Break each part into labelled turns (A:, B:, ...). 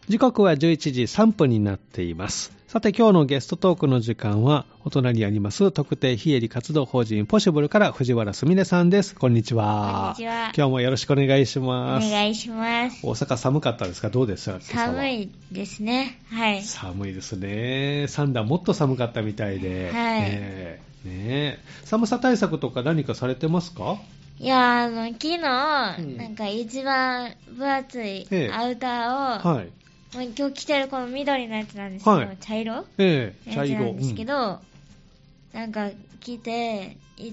A: 時刻は11時3分になっています。さて今日のゲストトークの時間はお隣にあります特定非営利活動法人ポシブルから藤原すみれさんです。こんにちは。
B: こんにちは。
A: 今日もよろしくお願いします。
B: お願いします。
A: 大阪寒かったですか？どうですか？
B: 寒いですね。はい。
A: 寒いですね。三段もっと寒かったみたいで。
B: はい。
A: ね、寒さ対策とか何かされてますか？
B: いや昨日、なんか一番分厚いアウターを、はい、今日着てるこの緑のやつなんですけど、はい、茶色、茶色なんですけど、なんか着て行って、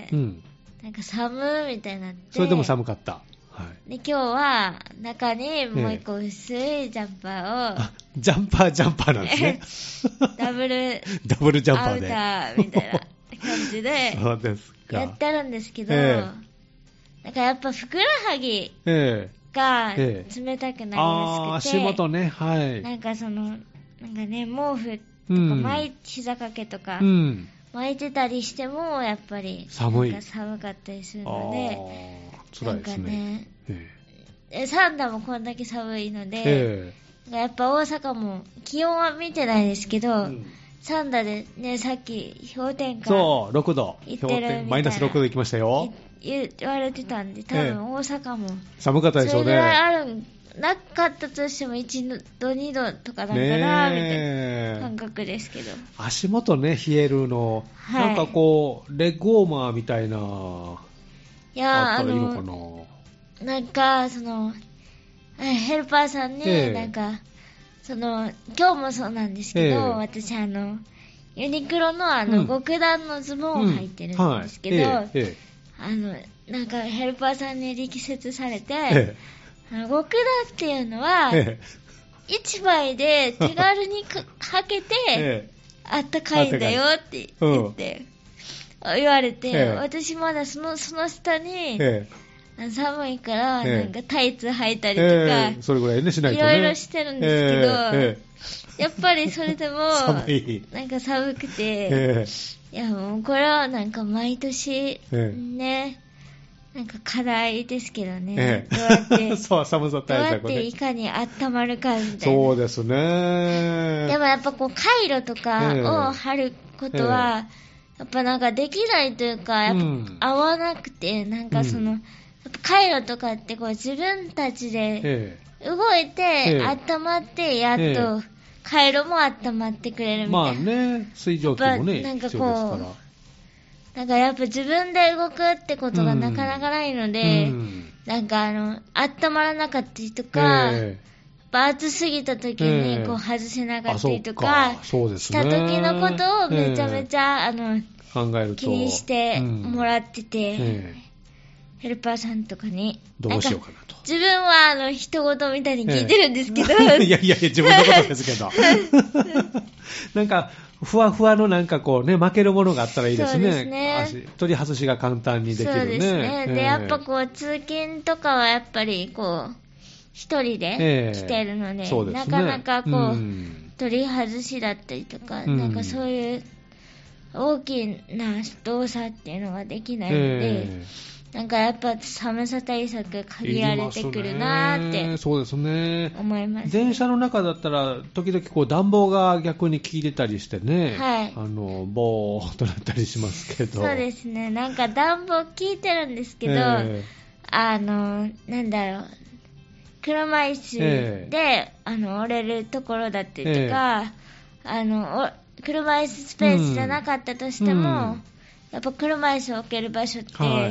B: なんか寒いみたいになって、
A: それでも寒かった。はい、
B: で今日は中にもう一個薄いジャンパーを、
A: ジャンパーなんですね。
B: ダブル
A: ジャンパーで
B: アウターみたいな感じで
A: そうですか。
B: やってるんですけど、なんかやっぱふくらはぎが冷たくなりやすくて、
A: 足元ね、はい。
B: なんかなんかね、毛布とか膝掛けとか巻いてたりしてもやっぱり
A: 寒
B: かったりするので、
A: 辛いですね。
B: サンダもこんだけ寒いので、やっぱ大阪も気温は見てないですけど、サンダでね、さっき氷点下
A: そう6度
B: 行ってるみたいな
A: マイナス6度行きましたよ。
B: 言われてたんで、多分大阪も
A: 寒かったでしょうね。
B: それぐらいなかったとしても1度2度とかなんかなみたいな感覚ですけど、
A: 足元ね冷えるの、はい、なんかこうレッグウォーマーみたいな、
B: いや
A: あったらいいのかな。
B: なんかヘルパーさんに、なんか今日もそうなんですけど、私ユニクロの極暖のズボンを履いてるんですけど、なんかヘルパーさんに力説されて、極暖っていうのは、1枚で手軽に履けて、あったかいんだよって言われて、私まだその下に、寒いから、なんかタイツ履いたりとか、
A: それぐらいねしないとね。
B: いろいろしてるんですけど、やっぱりそれでも、なんか寒くて、いやもうこれはなんか毎年、ね、なんか課題ですけどね。どうやって
A: そう寒さ対策ね。
B: どうやっていかに温まるかみたいな。
A: そうですね。
B: でもやっぱこうカイロとかを貼ることは、やっぱなんかできないというか、やっぱ合わなくて、なんかカイロとかってこう自分たちで動いて温まってやっとカイロも温まってくれるみたいな。
A: まあね、水蒸気もね、
B: なんか
A: 必要ですから。
B: なんかやっぱ自分で動くってことがなかなかないので、なんか温まらなかったりとか、暑すぎた時にこう外せなかったりとかした時のことをめちゃめちゃ
A: 考えると
B: 気にしてもらってて、ヘルパーさんとかに
A: どうしようかなと。
B: 自分は人事みたいに聞いてるんですけど、
A: いや自分のことですけどなんかふわふわのなんかこうね負けるものがあったらいいですね。
B: そうですね。
A: 取り外しが簡単にできるね。
B: そうですね。でやっぱこう通勤とかはやっぱりこう一人で来てるので、
A: そうですね、
B: なかなかこう、取り外しだったりとか、なんかそういう大きな動作っていうのができないので、なんかやっぱ寒さ対策限られてくるなーって、
A: そうですね、
B: 思います、ね。
A: 電車の中だったら時々こう暖房が逆に効いてたりしてね、ボーっとなったりしますけど。
B: そうですね、なんか暖房効いてるんですけど、なんだろう、車椅子で、折れるところだったりとか、車椅子スペースじゃなかったとしても、やっぱ車椅子を置ける場所って、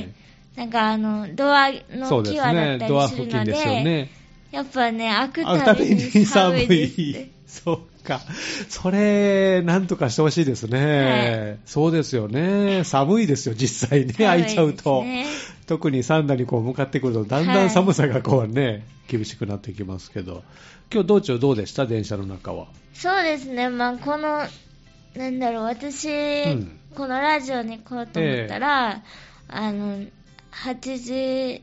B: なんかドアの際だったりするので、やっぱね、開くたびに寒いです。
A: そうか。それ、なんとかしてほしいですね。そうですよね。寒いですよ、実際ね、開いちゃうと。特にサンダにこう向かってくると、だんだん寒さがこうね、厳しくなってきますけど。今日道中どうでした？電車の中は。
B: そうですね、まあなんだろう、私、このラジオに来ようと思ったら、8時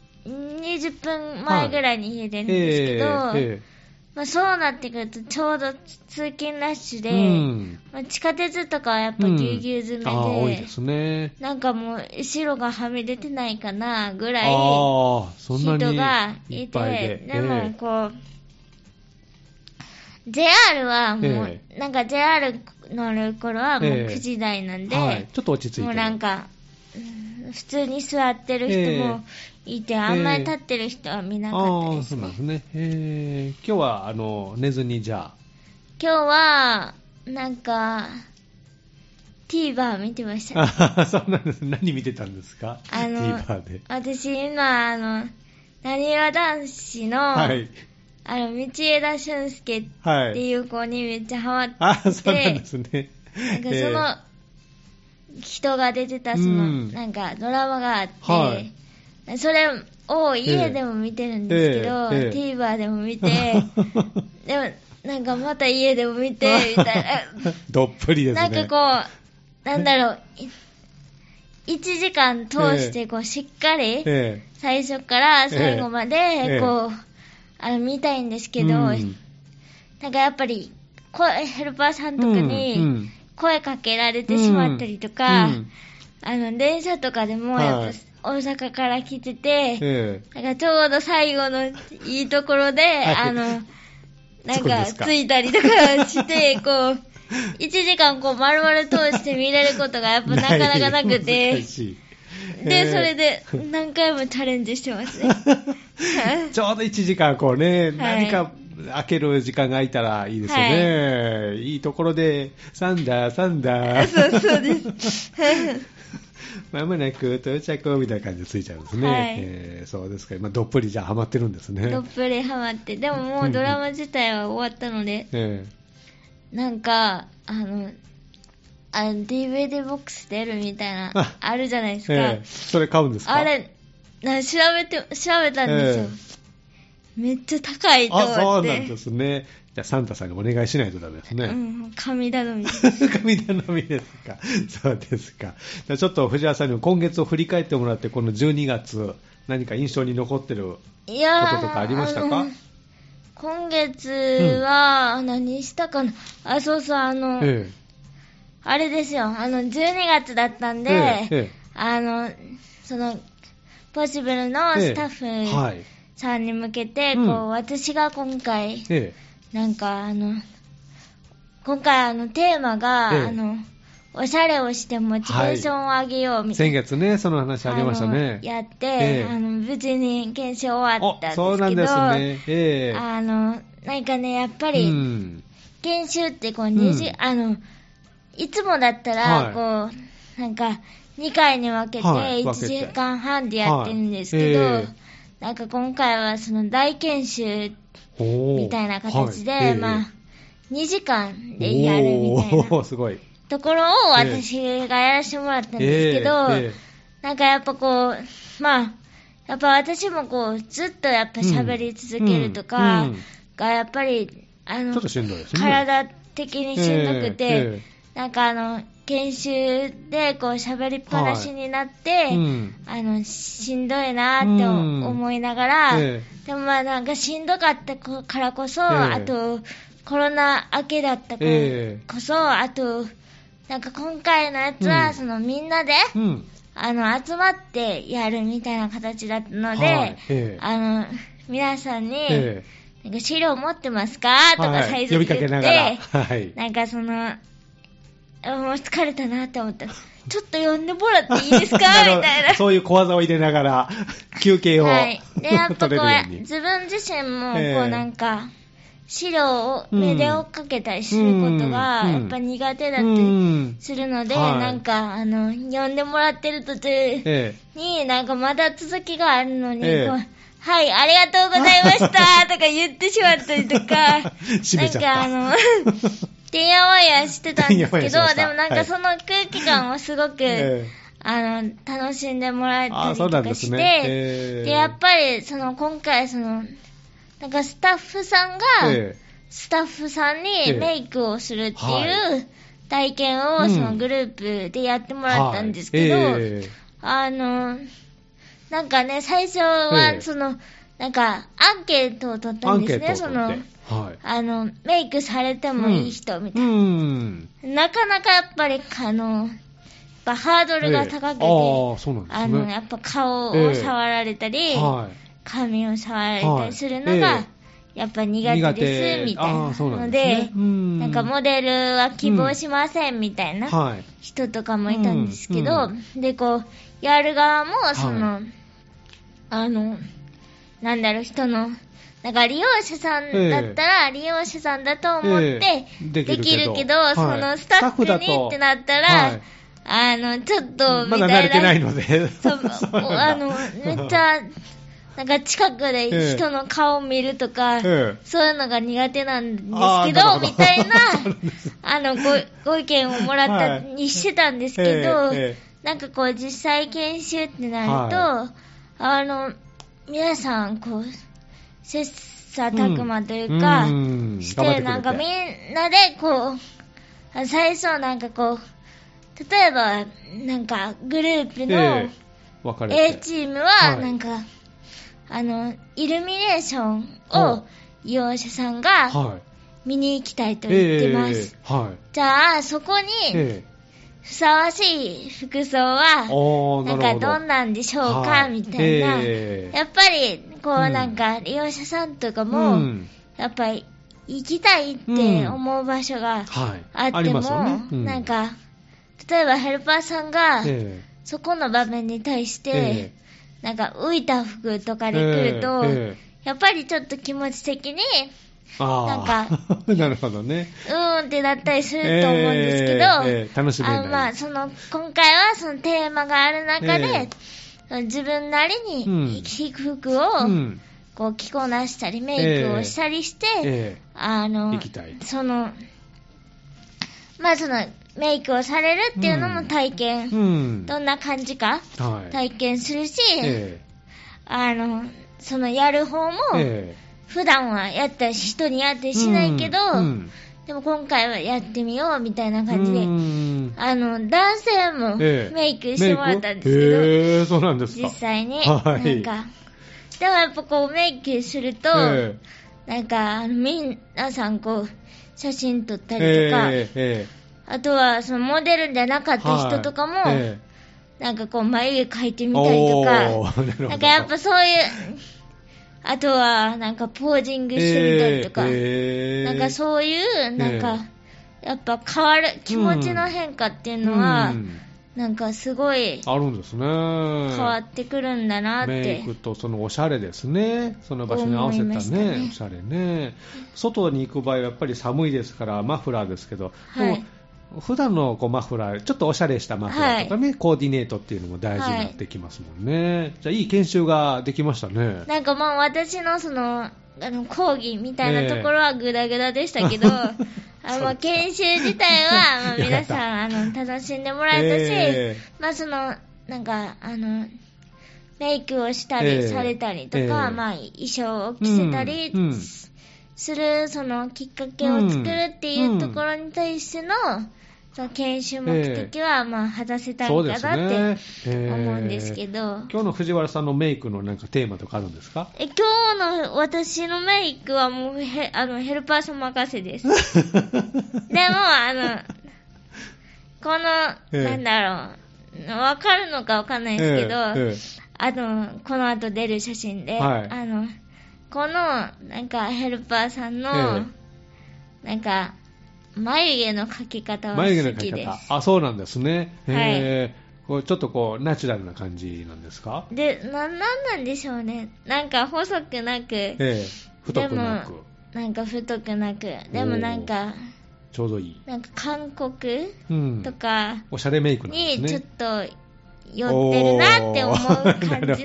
B: 20分前ぐらいに家出るんですけど、まあ、そうなってくるとちょうど通勤ラッシュで、まあ、地下鉄とかはやっぱぎゅうぎゅう詰めで、
A: 多いですね。
B: なんかもう後ろがはみ出てないかなぐらい
A: そんなに
B: 人がい
A: いっぱい
B: て、でもこう JR はもう、なんか JR 乗る頃はもう9時台なんで、
A: はい、ちょっと落ち着いてる。
B: もうなんか、普通に座ってる人もいて、あんまり立ってる人は見なかったですね。
A: そうなんですね。今日は寝ずにじゃあ。
B: 今日は、なんか、TVer 見てました。
A: そうなんです。何見てたんですか？ TVer で。
B: 私今、なにわ男子の、はい、道枝駿佑っていう子にめっちゃハマって、
A: そうなんですね。
B: なんかその、人が出てたなんかドラマがあって、それを家でも見てるんですけど、TVer でも見て、でもなんかまた家でも見て、みたいな。
A: どっぷりですね。
B: なんかこう、なんだろう、1時間通してこうしっかり、最初から最後までこう、見たいんですけど、なんかやっぱり、ヘルパーさんとかに声かけられてしまったりとか、電車とかでもやっぱ大阪から来てて、なんかちょうど最後のいいところで、なんか着いたりとかして、こう、1時間こう丸々通して見れることがやっぱなかなかなくて、で、それで何回もチャレンジしてますね。
A: ちょうど1時間こうね、何か開ける時間が空いたらいいですよね。いいところで、サンダー。
B: そうです。
A: まもなく到着みたいな感じでついちゃうんですね。そうですか。どっぷりじゃあハマってるんですね。
B: どっぷりハマって。でももうドラマ自体は終わったので、なんか、DVD ボックス出るみたいな、あるじゃないですか。
A: それ買うんですか？
B: あれ、調べたんですよ。めっちゃ高いと思って。
A: そうなんですね。じゃあサンタさんにお願いしないとダメですね。
B: 神頼みです。
A: 神頼みですか。そうですか。じゃあちょっと藤原さんに今月を振り返ってもらって、この12月、何か印象に残ってることとかありましたか？
B: 今月は、何したかな。そうそう、あれですよ、12月だったんで、その、ポッシブルのスタッフさんに向けて、こう、私が今回、なんか今回テーマが、おしゃれをしてモチベーションを上げようみたいな。
A: 先月ね、その話ありましたね。
B: やって、無事に研修終わったんですけど、
A: そうなんですね。
B: なんかね、やっぱり、研修ってこう、いつもだったら、こう、なんか、2回に分けて1時間半でやってるんですけど、なんか今回はその大研修みたいな形で、まあ、2時間でやるみたいな
A: すごい
B: ところを私がやらせてもらったんですけど、なんかやっぱこう、まあ、やっぱ私もこう、ずっとやっぱ喋り続けるとかがやっぱり、
A: ちょっとしんどいですね。
B: 体的にしんどくて、なんか研修でこう喋りっぱなしになって、しんどいなって思いながら、でもまあなんかしんどかったからこそ、あとコロナ明けだったからこそ、あとなんか今回のやつはそのみんなで、集まってやるみたいな形だったので、皆さんに、なんか資料持ってますかとか最初に言って、呼びかけながら、なんかそのもう疲れたなって思ったら、ちょっと呼んでもらっていいですかみたいな。
A: そういう小技を入れながら、休憩を、
B: で、やっぱこう、自分自身も、こうなんか、資料を目で追っかけたりすることが、やっぱ苦手だったりするので、なんか、呼んでもらってる途中に、なんかまだ続きがあるのに、こう、はい、ありがとうございましたとか言ってしまったりとか、なんかてんやわんやしてたんですけど、でもなんかその空気感をすごく、楽しんでもらえたりとかして、で、やっぱり今回なんかスタッフさんが、スタッフさんにメイクをするっていう体験をそのグループでやってもらったんですけど、なんかね、最初はなんかアンケートを取ったんですね、メイクされてもいい人みたいな。なかなかやっぱりハードルが高くて、やっぱ顔を触られたり、髪を触られたりするのが、 やっぱ苦手ですみたいなので、なんかモデルは希望しませんみたいな人とかもいたんですけど、でこうやる側もその、なんだろう、人のなんか利用者さんだったら利用者さんだと思ってできるけど、そのスタッフにってなったら、ちょっとみたいな、
A: まだ慣れてないので
B: そうめっちゃなんか近くで人の顔を見るとか、そういうのが苦手なんですけどみたいなご意見をもらったにしてたんですけど、なんかこう実際研修ってなると、皆さんこう切磋琢磨というか、して、なんかみんなでこう最初なんかこう例えばなんかグループの A チームはなんか、イルミネーションを利用者さんが見に行きたいと言ってます、じゃあそこにふさわしい服装はなんかどんなんでしょうか、みたいな、やっぱりこうなんか利用者さんとかもやっぱり行きたいって思う場所があっても、なんか例えばヘルパーさんがそこの場面に対してなんか浮いた服とかで来ると、やっぱりちょっと気持ち的になんか
A: なるほどね、
B: ってなったりすると思うんですけど、
A: 楽しめない。
B: まあ今回はそのテーマがある中で、自分なりに服をこう着こなしたりメイクをしたりして、
A: 行きたい。
B: まあそのメイクをされるっていうのも体験、どんな感じか、体験するし、そのやる方も、普段はやったり人にやってしないけど、でも今回はやってみようみたいな感じで、男性もメイクしてもらったんですけど、
A: そうなんですか、
B: 実際に、なんかでもやっぱこうメイクすると、なんか皆さんこう写真撮ったりとか、あとはそのモデルじゃなかった人とかも、なんかこう眉毛描いてみたりとか、なんかやっぱそういう、あとはなんかポージングしてみたりとか、なんかそういうなんかやっぱ変わる気持ちの変化っていうのは、なんかすごい
A: あるんですね。変
B: わってくるんだなって。
A: メイクとそのおしゃれですね。その場所に合わせた ねおしゃれね。外に行く場合はやっぱり寒いですからマフラーですけど、普段のこうマフラーちょっとおしゃれしたマフラーとかね、コーディネートっていうのも大事になってきますもんね、じゃあいい研修ができましたね。
B: なんかもう私のその講義みたいなところはグダグダでしたけど、研修自体は皆さん楽しんでもらえたし、まあそのなんかメイクをしたりされたりとか、まあ衣装を着せたりするそのきっかけを作るっていうところに対してのその研修目的はまあ果たせたいかなって思うんですけど、
A: 今日の藤原さんのメイクのなんかテーマとかあるんですか？
B: 今日の私のメイクはもうヘルパーさん任せです。でもこのなんだろう、わかるのかわかんないですけど、この後出る写真で、このなんかヘルパーさんのなんか眉毛の描き方は好きです。眉毛の描き方、
A: あ、そうなんですね。こうちょっとこうナチュラルな感じなんですか？
B: で、なんでしょうね。なんか細くなく、
A: 太くなく、
B: なんか太くなく、でもなんか
A: ちょうどいい。
B: なんか韓国とか
A: おしゃれメイクなんですね。
B: にちょっと寄ってるなって思う感じの感じ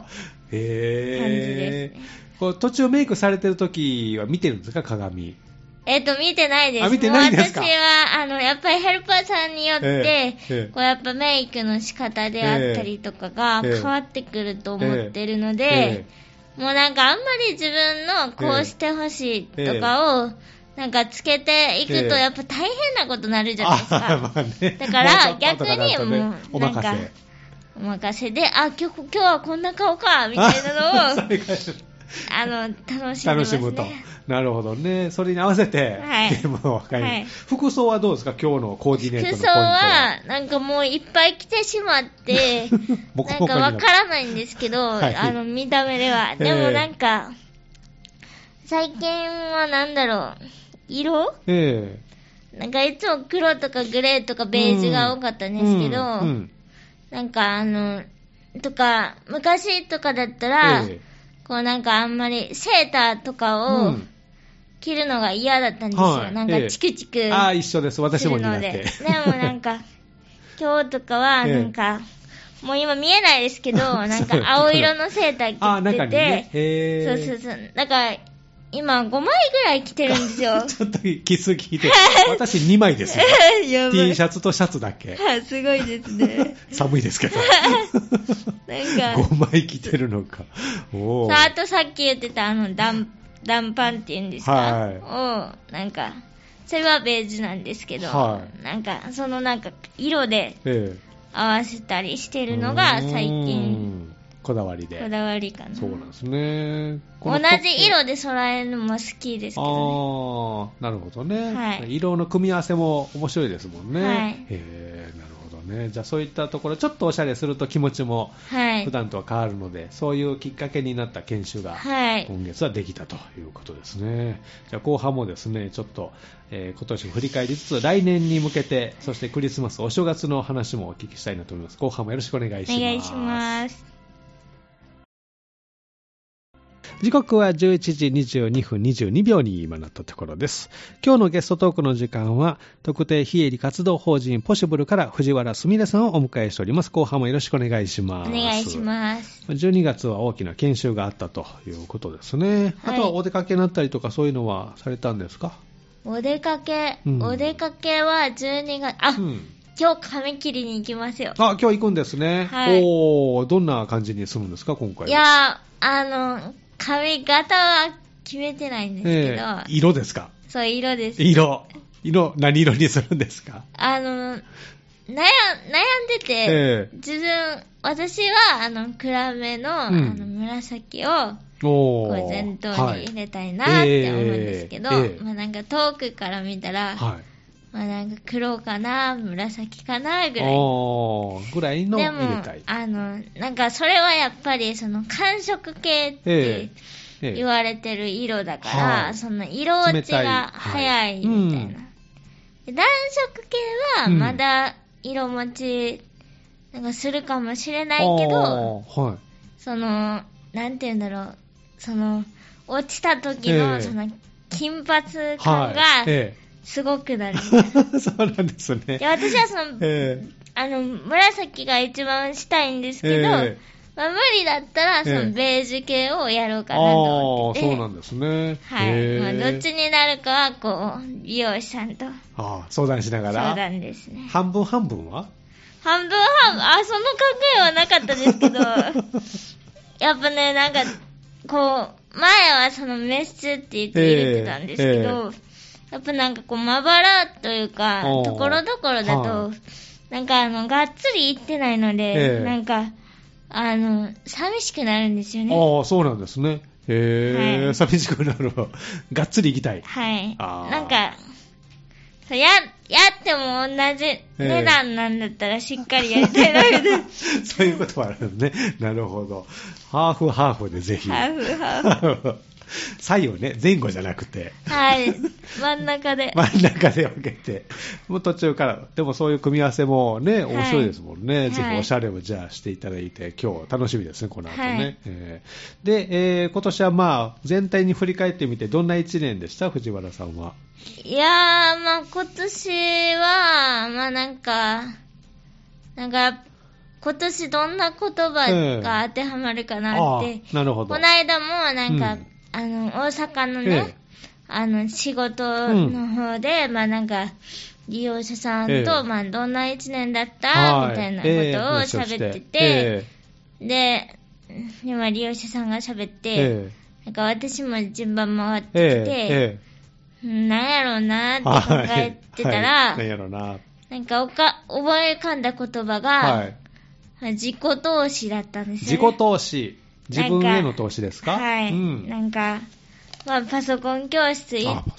B: ですね。
A: こう途中メイクされてる時は見てるんですか、鏡？
B: 見てないです。
A: 見てないですか？
B: 私はやっぱりヘルパーさんによって、こうやっぱメイクの仕方であったりとかが変わってくると思ってるので、もうなんかあんまり自分のこうしてほしいとかをなんかつけていくとやっぱ大変なことになるじゃないですか。だから逆にもうなんかお任せで、今日はこんな顔かみたいなのを楽しむと。
A: なるほどね。それに合わせてゲームを分かり、服装はどうですか？今日のコーディネートのポイントは。服装はなんかもういっぱい着てしまってなんか分からないんですけど、見た目ではでもなんか
B: 最近はなんだろう、色、なんかいつも黒とかグレーとかベージュが多かったんですけど、なんかとか、昔とかだったら、こうなんかあんまりセーターとかを着るのが嫌だったんですよ。なんかチクチク。
A: 一緒です。私も苦手。
B: でもなんか、今日とかはなんか、もう今見えないですけど、なんか青色のセーター着てて、そう。だから今5枚ぐらい着てるんですよ。
A: ちょっと着すぎて。私2枚ですよ。T シャツとシャツだけ。
B: すごいですね。
A: 寒いですけど。なんか5枚着てるのか。
B: あとさっき言ってた暖パンっていうんですか、なんかそれはベージュなんですけど、なんかそのなんか色で合わせたりしてるのが最近
A: こだわりで。
B: こだわりかな。
A: そうなんですね。
B: 同じ色で揃えるのも好きですけどね。
A: なるほどね。色の組み合わせも面白いですもんね。なるほどね。じゃあそういったところちょっとおしゃれすると気持ちも普段とは変わるので、そういうきっかけになった研修が今月はできたということですね。じゃあ後半もですね、ちょっと、今年を振り返りつつ来年に向けて、そしてクリスマスお正月の話もお聞きしたいなと思います。後半もよろしくお願いします。
B: お願いします。
A: 時刻は11時22分22秒に今なったところです。今日のゲストトークの時間は特定非営利活動法人ポシブルから藤原すみれさんをお迎えしております。後半もよろしくお願いします。
B: お願いします。
A: 12月は大きな研修があったということですね。あとはお出かけになったりとかそういうのはされたんですか？
B: お出かけは12月、今日髪切りに行きますよ。
A: 今日行くんですね。どんな感じにするんですか今回は？
B: いや、髪型は決めてないんですけど、
A: 色ですか？
B: そう、色です。
A: 色、何色にするんですか？
B: 悩んでて、私は暗めの、紫をこう前頭に入れたいなって思うんですけど、なんか遠くから見たら、なんか黒かな紫かなぐらい
A: の入れたい。
B: なんかそれはやっぱりその寒色系って言われてる色だから、その色落ちが早いみたいな。暖色系はまだ色持ちなんかするかもしれないけど、そのなんていうんだろう、その落ちた時のその金髪感がすごくなる。
A: そうなんですね。
B: 私はその、紫が一番したいんですけど、無理だったらそのベージュ系をやろうかなと思ってて。
A: そうなんですね。
B: どっちになるかはこう美容師さんと
A: 相談しながら。
B: 相談ですね。
A: 半分半分は？
B: 半分半分、その考えはなかったですけど、やっぱね、なんかこう前はそのメッシュって言って入れてたんですけど。やっぱなんかこうまばらというかところどころだとなんかがっつりいってないので、なんか寂しくなるんですよね。
A: そうなんですね。寂しくなるわ。がっつりいきたい。
B: なんかやっても同じ値段なんだったらしっかりやりたいなみたいな。
A: そういうことはあるんですね。なるほど。ハーフハーフでぜひ。
B: ハーフ。
A: 左右ね、前後じゃなくて。
B: 真ん中で
A: 分けて。もう途中から、でもそういう組み合わせもね、面白いですもんね。ぜひおしゃれをじゃあしていただいて、今日楽しみですね、この後ね。で、今年は全体に振り返ってみて、どんな1年でした、藤原さんは？
B: いやー、今年は、なんか、今年どんな言葉が当てはまるかなって。
A: なるほど。
B: この間もなんか、大阪のね、仕事の方で、なんか、利用者さんと、どんな一年だったみたいなことを喋ってて、で、今利用者さんが喋って、なんか私も順番回ってきて、なんやろうなって考えてたら、なんか思い浮かんだ言葉が、自己投資だったんですよね。
A: 自己投資。自分への投資ですか？
B: なんか、パソコン教室行って、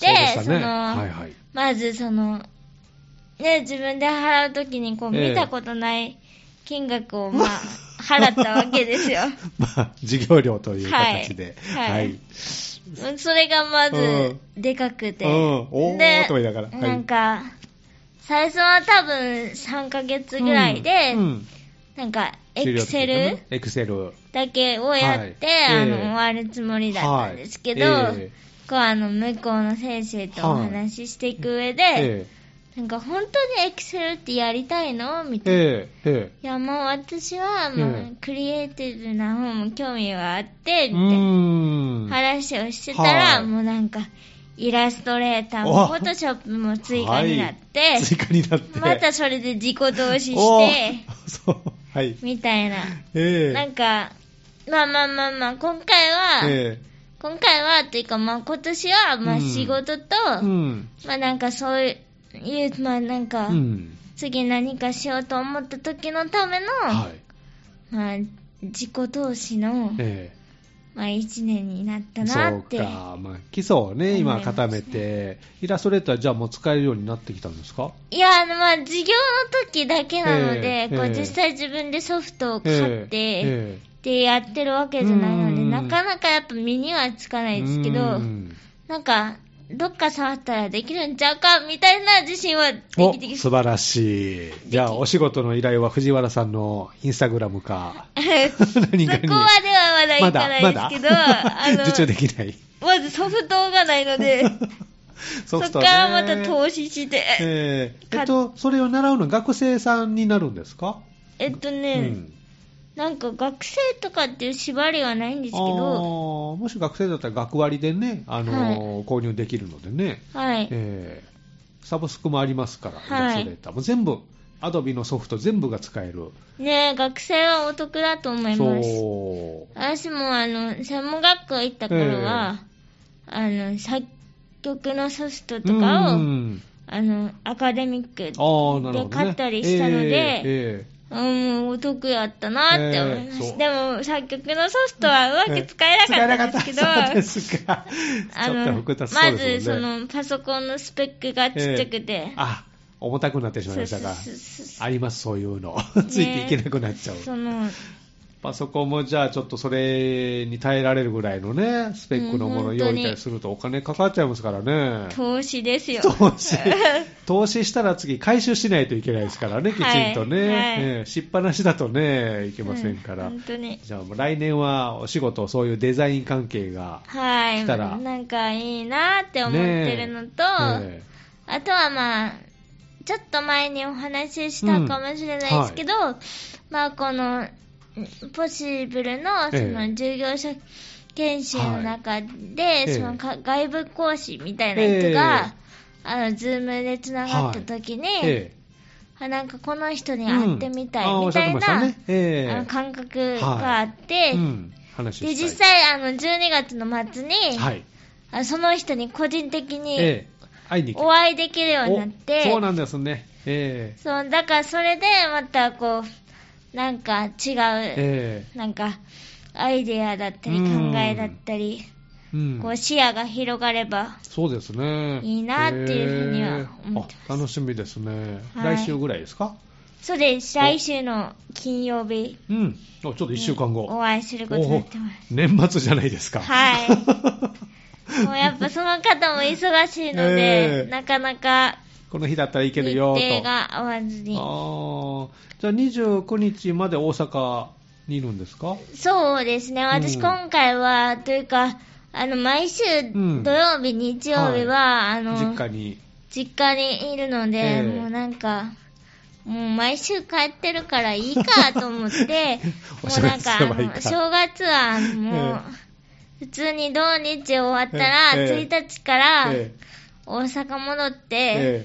B: まず自分で払うときに見たことない金額をまあ払ったわけですよ。
A: まあ授業料という形で、
B: はい。
A: はい、
B: それがまずでかくて、
A: おーと言いながら、はい、
B: なんか最初は多分3ヶ月ぐらいで、なんかエクセルだけをやって、終わるつもりだったんですけど、こう向こうの先生とお話ししていく上で、なんか本当にエクセルってやりたいのみたいな。いやもう私はもうクリエイティブな方も興味があって、みたいな話をしてたら、もうなんかイラストレーターもフォトショップも追加になって、またそれで自己投資して、みたいな。なんか、まあ、今回はというか、まあ今年は、まあ仕事と、まあなんかそういう、まあなんか、次何かしようと思った時のための、まあ自己投資の、まあ1年になったなって。
A: そうか、まあ基礎をね、今固めて、イラストレーターじゃあもう使えるようになってきたんですか？
B: いや、まあ授業の時だけなので、こう実際自分でソフトを買って、でやってるわけじゃないので、なかなかやっぱ身にはつかないですけど、なんか、どっか触ったらできるんちゃうかみたいな自信はできてきて。
A: 素晴らしい。じゃあお仕事の依頼は藤原さんのインスタグラムか
B: 何かにそこまではまだいかないですけど、
A: 受注できない。
B: まずソフトがないのでそこからまた投資して、
A: それを習うのは学生さんになるんですか？
B: なんか学生とかっていう縛りはないんですけど、
A: もし学生だったら学割でね、購入できるのでね、サブスクもありますから、イラストレーターも全部、アドビのソフト全部が使える。
B: ね、学生はお得だと思います。私も専門学校行った頃は、作曲のソフトとかを、アカデミックで買ったりしたので、お得やったなって思います。でも作曲のソフトはうまく使えなかったんですけど、まずそのパソコンのスペックがちっちゃくて、
A: 重たくなってしまいましたが、あります、そういうの。ついていけなくなっちゃう。パソコンもじゃあちょっとそれに耐えられるぐらいのね、スペックのものを用意したりするとお金かかっちゃいますからね。
B: 投資ですよ。
A: 投資したら次回収しないといけないですからね、きちんとね。しっぱなしだとね、いけませんから。
B: 本当に。
A: じゃあもう来年はお仕事、そういうデザイン関係が来たら。
B: なんかいいなって思ってるのと、あとはまあ、ちょっと前にお話ししたかもしれないですけど、まあこの、ポシブルのその従業者研修の中で、その外部講師みたいな人が、ズームでつながった時に、なんかこの人に会ってみたいみたいな、感覚があって、で実際12月の末に、その人に個人的にお会いできるようになって、
A: そうなんですね。
B: そうだからそれでまたこうなんか違う、なんかアイデアだったり考えだったり、こう視野が広がれば
A: そうですね、
B: いいなっていうふうには思ってます。
A: 楽しみですね。来週ぐらいですか？
B: そうです。来週の金曜日、
A: ちょっと1週間後
B: お会いすることになってます。
A: 年末じゃないですか。
B: もうやっぱその方も忙しいので、なかなか
A: この日だったらいけるよと。
B: 日程が合わずに。
A: じゃあ29日まで大阪にいるんですか？そう
B: ですね。私今回は、というか、毎週土曜日、日曜日は、実家にいるので、もうなんか、もう毎週帰ってるからいいかと思って、もうなんか正月はもう、普通に土日終わったら、1日から大阪戻って、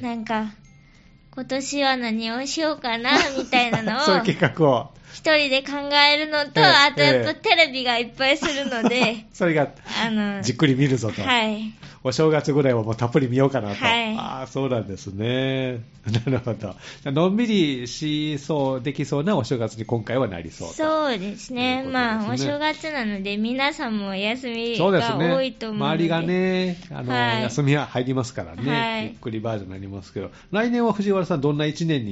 B: なんか、今年は何をしようかな、みたいなのを、
A: そういう計画を。
B: 一人で考えるのと、あとやっぱテレビがいっぱいするので、
A: それが、じっくり見るぞと。お正月ぐらいはもうたっぷり見ようかなと。そうなんですね。なるほど。のんびりできそうなお正月に今回はなりそうと。
B: そうですね。まあ、お正月なので皆さんも休みが多いと思うので。
A: 周りがね、休みは入りますからね。ゆっくりバージョンになりますけど、来年は藤原さんどんな1年に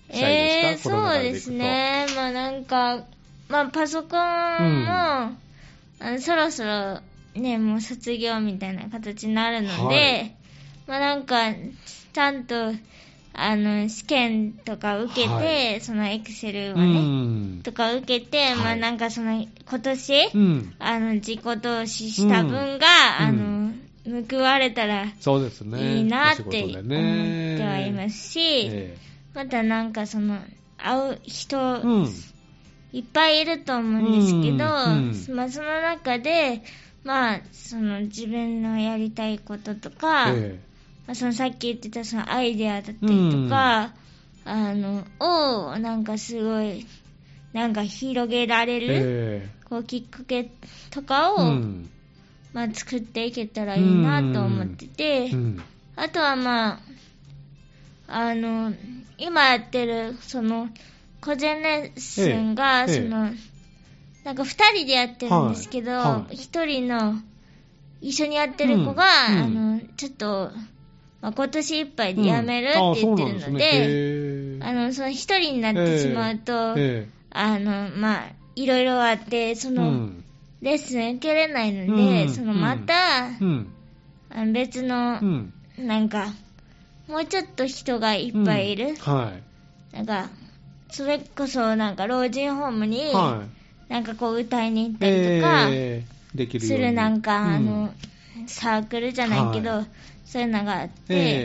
A: したいですか？
B: そうですね。まあなんか、まあパソコンも、そろそろね、もう卒業みたいな形になるので、まあなんか、ちゃんと、試験とか受けて、そのエクセルをね、とか受けて、まあなんかその、今年、自己投資した分が、報われたら、
A: そうですね。
B: いいなって思ってはいますし、またなんかその、会う人、いっぱいいると思うんですけど、まあその中で、まあその自分のやりたいこととか、まあ、そのさっき言ってたそのアイデアだったりとか、をなんかすごいなんか広げられる、こうきっかけとかを、まあ作っていけたらいいなと思ってて、あとはまあ今やってるその個人レッスンが、そのなんか2人でやってるんですけど、1人の一緒にやってる子が、ちょっと、まあ、今年いっぱいで辞めるって言ってるので、その一人になってしまうと、まあ、いろいろあって、その、レッスン受けれないので、そのまた、別の、なんか、もうちょっと人がいっぱいいる。なんか、それこそなんか老人ホームに、なんかこう歌いに行ったりとか、するなんか、サークルじゃないけど、そういうのがあって、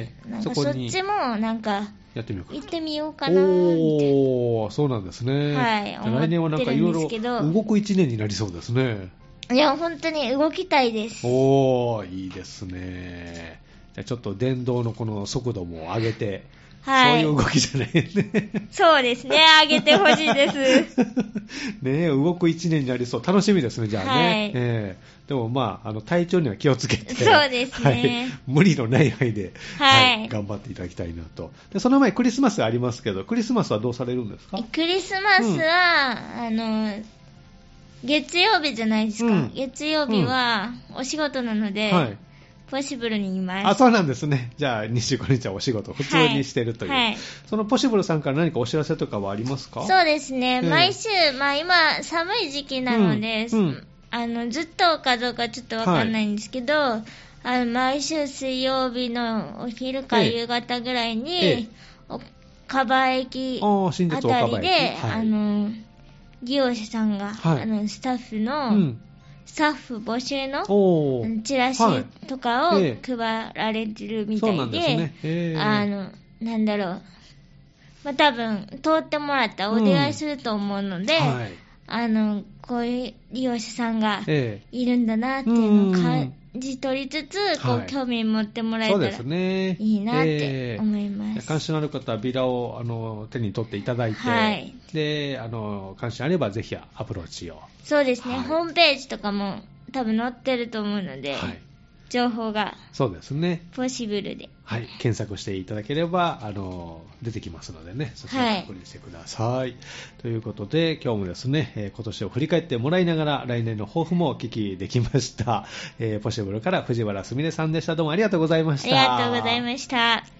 B: なんかそっちもなんか行ってみようかなーって。
A: そうなんですね。
B: 来
A: 年はなんかいろいろ動く1年になりそうですね。
B: いや本当に動きたいです。
A: いいですね。じゃあちょっと電動のこの速度も上げて、そういう動きじゃないね。
B: そうですね、上げてほしいです。
A: ね、動く1年になりそう。楽しみですね、じゃあね。でもまあ、体調には気をつけて。
B: そうですね。
A: 無理のない範囲で、頑張っていただきたいなと。で、その前クリスマスありますけど、クリスマスはどうされるんですか？
B: クリスマスは、月曜日じゃないですか。月曜日はお仕事なので、ポシブルにいます。
A: そうなんですね。じゃあ25日はお仕事普通にしてるという、そのポシブルさんから何かお知らせとかはありますか？
B: そうですね、毎週、まあ今寒い時期なので、ずっとかどうかちょっとわかんないんですけど、毎週水曜日のお昼か夕方ぐらいに、岡場駅あたりで、利用者さんが、スタッフの、スタッフ募集のチラシとかを配られてるみたいで、なんだろう、まあ、多分通ってもらったらお出会いすると思うので、こういう利用者さんがいるんだなっていうのを感じ取りつつ、こう興味持ってもらえたらいいなって思います。
A: 関心のある方はビラを手に取っていただいて、で関心あればぜひアプローチを。
B: そうですね、ホームページとかも多分載ってると思うので、情報が
A: そうですね、
B: ポシブルで、
A: 検索していただければ出てきますのでね、そちら確認してください。ということで今日もですね、今年を振り返ってもらいながら来年の抱負もお聞きできました。ポシブルから藤原すみれさんでした。どうもありがとうございました。
B: ありがとうございました。